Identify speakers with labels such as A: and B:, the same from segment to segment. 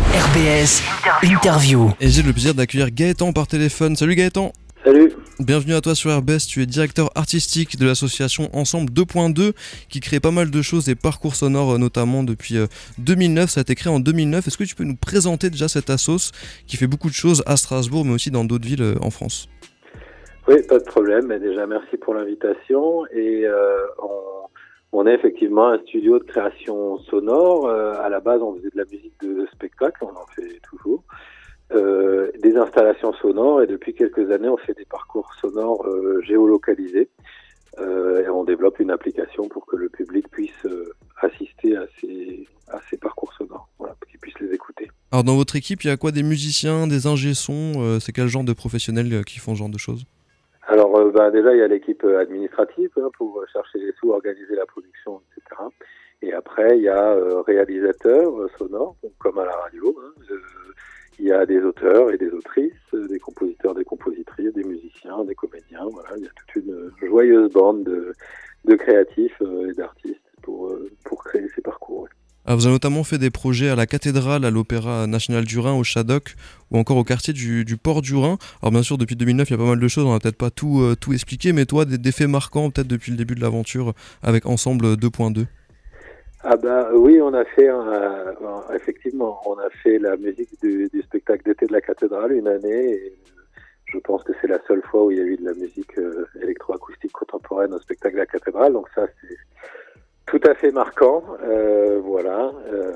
A: RBS Interview.
B: Et j'ai le plaisir d'accueillir Gaëtan par téléphone. Salut Gaëtan.
C: Salut.
B: Bienvenue à toi sur RBS, tu es directeur artistique de l'association Ensemble 2.2 qui crée pas mal de choses, des parcours sonores notamment depuis 2009, ça a été créé en 2009. Est-ce que tu peux nous présenter déjà cette assoce qui fait beaucoup de choses à Strasbourg mais aussi dans d'autres villes en France?
C: Oui, pas de problème, mais déjà merci pour l'invitation et on est effectivement un studio de création sonore. À la base on faisait de la musique de spectacle, on en fait toujours. Des installations sonores et depuis quelques années on fait des parcours sonores géolocalisés et on développe une application pour que le public puisse assister à ces parcours sonores, voilà, pour qu'il puisse les écouter.
B: Alors dans votre équipe il y a quoi, des musiciens, des ingé-sons, c'est quel genre de professionnels qui font ce genre de choses?
C: Alors déjà il y a l'équipe administrative pour chercher les sous, organiser la production, etc. Et après il y a réalisateurs sonores, donc, comme à la radio. Il y a des auteurs et des autrices, des compositeurs, des compositrices, des musiciens, des comédiens. Voilà, il y a toute une joyeuse bande de créatifs et d'artistes pour créer ces parcours.
B: Alors vous avez notamment fait des projets à la cathédrale, à l'Opéra National du Rhin, au Shadok, ou encore au quartier du Port du Rhin. Alors bien sûr, depuis 2009, il y a pas mal de choses, on va peut-être pas tout expliquer, mais toi, des faits marquants peut-être depuis le début de l'aventure avec Ensemble 2.2.
C: Ah oui, on a fait effectivement, on a fait la musique du spectacle d'été de la cathédrale une année et je pense que c'est la seule fois où il y a eu de la musique électroacoustique contemporaine au spectacle de la cathédrale, donc ça c'est tout à fait marquant, voilà.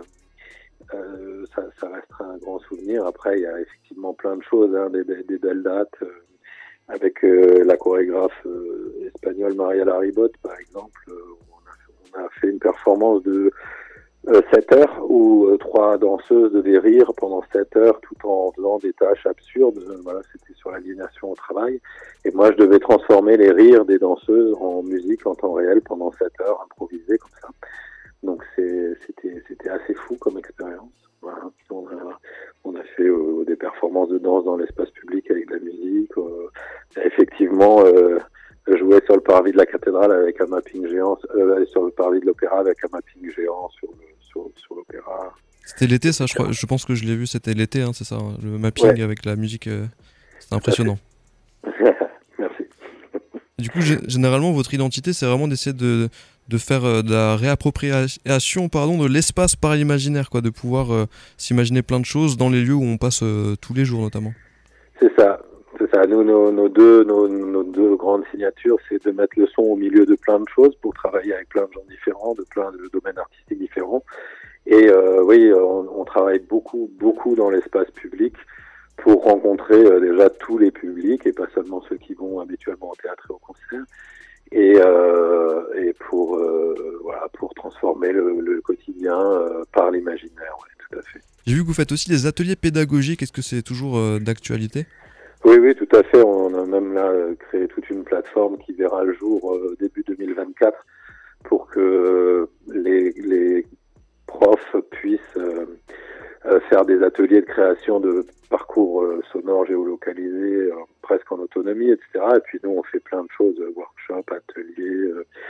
C: Ça restera un grand souvenir. Après il y a effectivement plein de choses, des belles dates avec la chorégraphe espagnole Maria Laribot par exemple. On a fait une performance de 7 heures où 3 danseuses devaient rire pendant 7 heures tout en faisant des tâches absurdes. Voilà, c'était sur l'aliénation au travail. Et moi, je devais transformer les rires des danseuses en musique en temps réel pendant 7 heures, improvisées comme ça. Donc c'était assez fou comme expérience. Voilà. On a fait des performances de danse dans l'espace public avec de la musique. Effectivement, jouer sur le parvis de la cathédrale avec un mapping géant, sur le parvis de l'opéra avec un mapping géant sur l'opéra.
B: C'était l'été, ça, je pense que je l'ai vu, c'était l'été, hein, c'est ça, le mapping avec la musique, c'était impressionnant.
C: Merci.
B: Et du coup, généralement, votre identité, c'est vraiment d'essayer de faire de la réappropriation de l'espace par l'imaginaire, quoi, de pouvoir s'imaginer plein de choses dans les lieux où on passe tous les jours, notamment.
C: C'est ça. Nous, nos deux grandes signatures, c'est de mettre le son au milieu de plein de choses pour travailler avec plein de gens différents, de plein de domaines artistiques différents. Et oui, on travaille beaucoup dans l'espace public pour rencontrer déjà tous les publics et pas seulement ceux qui vont habituellement au théâtre et au concert. Et pour transformer le quotidien par l'imaginaire, ouais, tout à fait.
B: J'ai vu que vous faites aussi des ateliers pédagogiques. Est-ce que c'est toujours d'actualité ?
C: Oui, tout à fait. On a même là créé toute une plateforme qui verra le jour début 2024 pour que les profs puissent faire des ateliers de création de parcours sonores géolocalisés, presque en autonomie, etc. Et puis nous, on fait plein de choses, workshops, ateliers.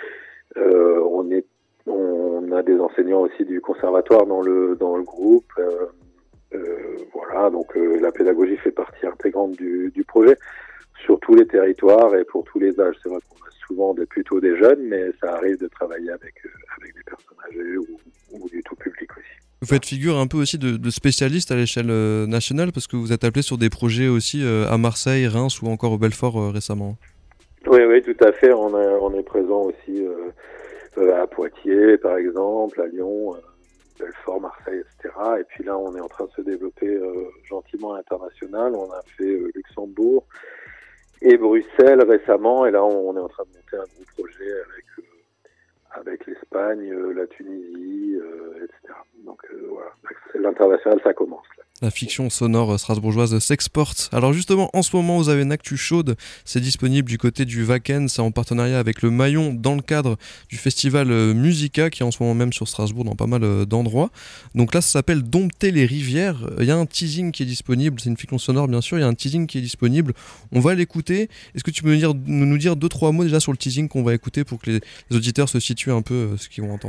C: On a des enseignants aussi du conservatoire dans le groupe. Voilà, donc la pédagogie fait partie intégrante du projet sur tous les territoires et pour tous les âges. C'est vrai qu'on a souvent plutôt des jeunes, mais ça arrive de travailler avec des personnes âgées ou du tout public aussi.
B: Vous faites figure un peu aussi de spécialiste à l'échelle nationale parce que vous êtes appelé sur des projets aussi à Marseille, Reims ou encore au Belfort récemment.
C: Oui, tout à fait. On est présent aussi à Poitiers, par exemple, à Lyon, Belfort, Marseille, etc. Et puis là, on est en train de se développer gentiment à l'international. On a fait Luxembourg et Bruxelles récemment. Et là, on est en train de monter un gros projet avec l'Espagne, la Tunisie, etc. Donc voilà, l'international, ça commence là.
B: La fiction sonore strasbourgeoise s'exporte. Alors justement, en ce moment, vous avez une actu chaude. C'est disponible du côté du Wacken. C'est en partenariat avec le Maillon dans le cadre du festival Musica qui est en ce moment même sur Strasbourg dans pas mal d'endroits. Donc là, ça s'appelle Dompter les rivières. Il y a un teasing qui est disponible. C'est une fiction sonore, bien sûr. Il y a un teasing qui est disponible. On va l'écouter. Est-ce que tu peux nous dire 2-3 mots déjà sur le teasing qu'on va écouter pour que les auditeurs se situent un peu ce qu'ils vont entendre ?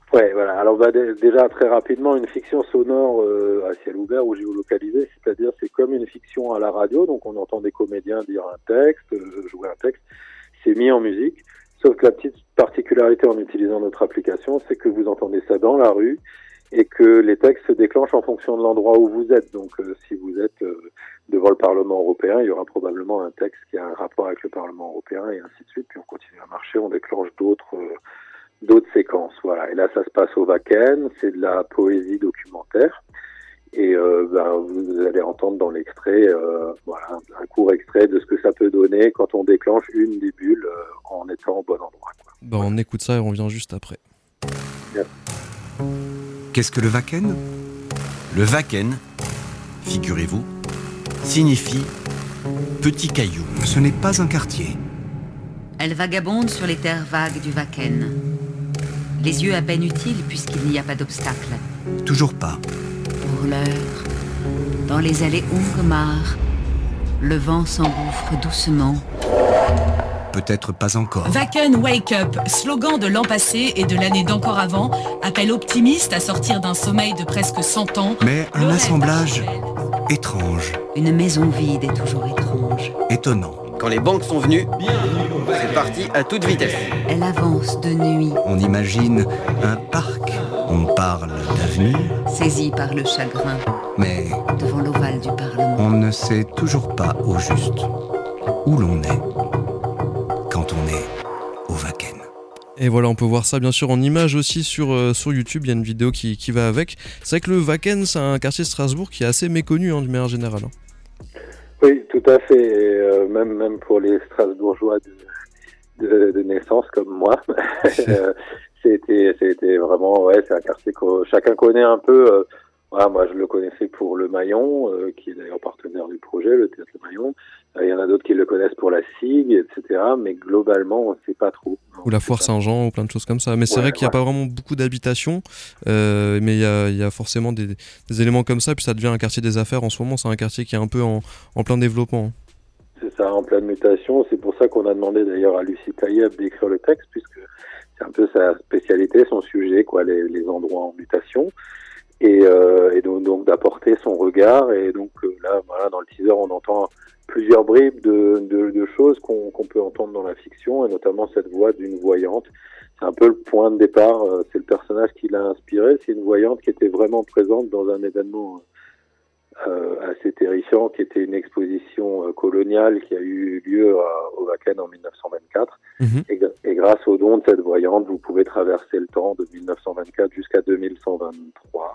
C: Ouais, voilà. Alors déjà très rapidement, une fiction sonore à ciel ouvert ou géolocalisé, c'est-à-dire c'est comme une fiction à la radio, donc on entend des comédiens dire un texte, jouer un texte, c'est mis en musique. Sauf que la petite particularité en utilisant notre application, c'est que vous entendez ça dans la rue et que les textes se déclenchent en fonction de l'endroit où vous êtes. Donc si vous êtes devant le Parlement européen, il y aura probablement un texte qui a un rapport avec le Parlement européen et ainsi de suite. Puis on continue à marcher, on déclenche d'autres séquences. Voilà. Et là, ça se passe au Wacken, c'est de la poésie documentaire. Et vous allez entendre dans l'extrait un court extrait de ce que ça peut donner quand on déclenche une des bulles en étant au bon endroit.
B: Bah, on écoute ça et on revient juste après.
C: Bien.
D: Qu'est-ce que le Wacken ? Le Wacken, figurez-vous, signifie petit caillou. Ce n'est pas un quartier.
E: Elle vagabonde sur les terres vagues du Wacken. Les yeux à peine utiles puisqu'il n'y a pas d'obstacle.
D: Toujours pas.
E: Pour l'heure, dans les allées Ungmar, le vent s'engouffre doucement.
D: Peut-être pas encore.
F: Wacken Wake Up, slogan de l'an passé et de l'année d'encore avant, appel optimiste à sortir d'un sommeil de presque 100 ans.
D: Mais un assemblage étrange.
E: Une maison vide est toujours étrange.
D: Étonnant.
G: Quand les banques sont venues, c'est parti à toute vitesse.
E: Elle avance de nuit,
D: On imagine un parc. On parle d'avenir,
E: saisie par le chagrin,
D: mais
E: devant l'ovale du Parlement.
D: on ne sait toujours pas au juste où l'on est quand on est au Wacken.
B: Et voilà, on peut voir ça bien sûr en image aussi sur YouTube, il y a une vidéo qui va avec. C'est vrai que le Wacken, c'est un quartier de Strasbourg qui est assez méconnu de manière générale.
C: Oui, tout à fait. Et, même pour les Strasbourgeois de naissance comme moi, c'était vraiment, c'est un quartier que chacun connaît un peu. Moi, je le connaissais pour le Maillon, qui est d'ailleurs partenaire du projet, le Théâtre Le Maillon. Il y en a d'autres qui le connaissent pour la SIG, etc. Mais globalement, on ne sait pas trop.
B: Ou la Foire Saint-Jean, ou plein de choses comme ça. Mais c'est vrai qu'il n'y a pas vraiment beaucoup d'habitations, mais il y a forcément des éléments comme ça, puis ça devient un quartier des affaires en ce moment. C'est un quartier qui est un peu en plein développement.
C: C'est ça, en pleine mutation. C'est pour ça qu'on a demandé d'ailleurs à Lucie Taïeb d'écrire le texte, puisque c'est un peu sa spécialité, son sujet, les endroits en mutation. Et donc d'apporter son regard. Et donc là, voilà, dans le teaser, on entend plusieurs bribes de choses qu'on peut entendre dans la fiction, et notamment cette voix d'une voyante. C'est un peu le point de départ, c'est le personnage qui l'a inspiré. C'est une voyante qui était vraiment présente dans un événement assez terrifiant, qui était une exposition coloniale qui a eu lieu au Wacken en 1924. Et grâce au don de cette voyante, vous pouvez traverser le temps de 1924 jusqu'à 2123.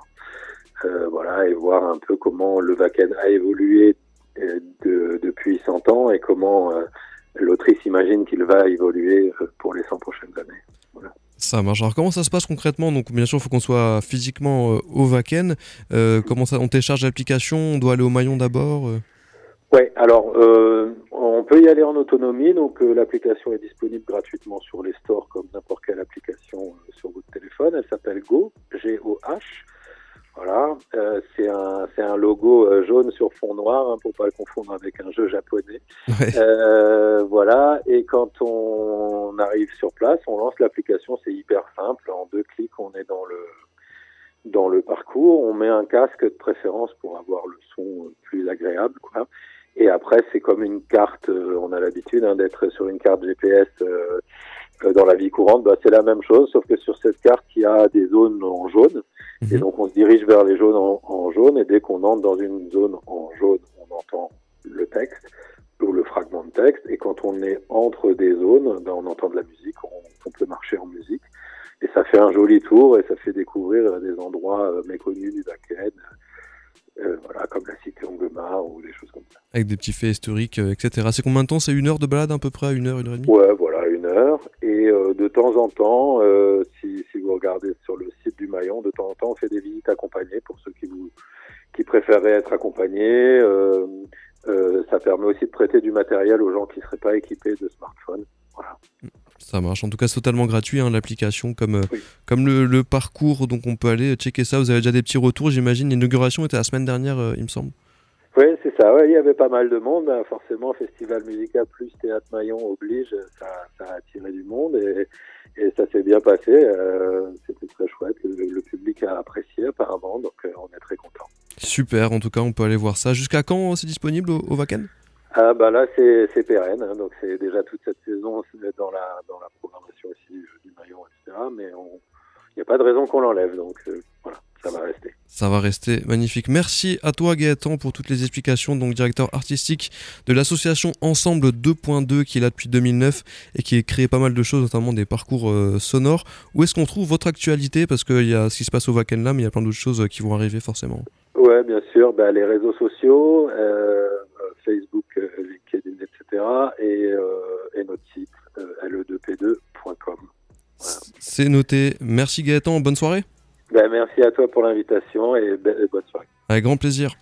C: Et voir un peu comment le Wacken a évolué depuis 100 ans et comment l'autrice imagine qu'il va évoluer pour les 100 prochaines années. Voilà.
B: Ça marche. Alors comment ça se passe concrètement ? Donc bien sûr, il faut qu'on soit physiquement au Wacken. Comment ça ? On télécharge l'application ? On doit aller au Maillon d'abord
C: Ouais, alors on peut y aller en autonomie. Donc l'application est disponible gratuitement sur les stores comme n'importe quelle application sur votre téléphone. Elle s'appelle Go, G-O-H. Voilà, c'est un logo jaune sur fond noir, pour pas le confondre avec un jeu japonais.
B: Ouais.
C: Voilà, et quand on arrive sur place, on lance l'application, c'est hyper simple. En 2 clics, on est dans le parcours. On met un casque de préférence pour avoir le son plus agréable, quoi. Et après, c'est comme une carte. On a l'habitude d'être sur une carte GPS dans la vie courante. C'est la même chose, sauf que sur cette carte, il y a des zones en jaune. Et donc, on se dirige vers les zones en jaune. Et dès qu'on entre dans une zone en jaune, on entend le texte ou le fragment de texte. Et quand on est entre des zones, on entend de la musique. On peut marcher en musique. Et ça fait un joli tour et ça fait découvrir des endroits méconnus du Wacken. Comme la cité Ongomar ou des choses comme ça.
B: Avec des petits faits historiques, etc. C'est combien de temps ? C'est 1 heure de balade à peu près, 1 heure, 1h30 ?
C: Ouais, voilà, 1 heure. Et de temps en temps, si vous regardez sur le site du Maillon, de temps en temps, on fait des visites accompagnées pour ceux qui préféraient être accompagnés. Ça permet aussi de prêter du matériel aux gens qui ne seraient pas équipés de smartphone. Voilà.
B: Ça marche. En tout cas, c'est totalement gratuit, l'application, comme le parcours. Donc, on peut aller checker ça. Vous avez déjà des petits retours, j'imagine. L'inauguration était la semaine dernière, il me semble.
C: Oui, c'est ça. Ouais, il y avait pas mal de monde. Forcément, Festival Musica plus Théâtre Maillon oblige. Ça a attiré du monde. Et ça s'est bien passé, c'était très chouette, le public a apprécié apparemment, donc on est très content.
B: Super, en tout cas on peut aller voir ça. Jusqu'à quand c'est disponible au Wacken ?
C: Ah bah là c'est pérenne, hein, donc c'est déjà toute cette saison dans la programmation aussi du Maillon, etc. Mais il n'y a pas de raison qu'on l'enlève, donc voilà, ça va rester.
B: Ça va rester magnifique. Merci à toi Gaëtan pour toutes les explications, donc directeur artistique de l'association Ensemble 2.2 qui est là depuis 2009 et qui a créé pas mal de choses, notamment des parcours sonores. Où est-ce qu'on trouve votre actualité ? Parce qu'il y a ce qui se passe au Wacken là, mais il y a plein d'autres choses qui vont arriver forcément.
C: Ouais, bien sûr, les réseaux sociaux, Facebook, LinkedIn, etc. et notre site le2p2.com. Voilà.
B: C'est noté. Merci Gaëtan, bonne soirée.
C: Merci à toi pour l'invitation et bonne soirée.
B: Avec grand plaisir.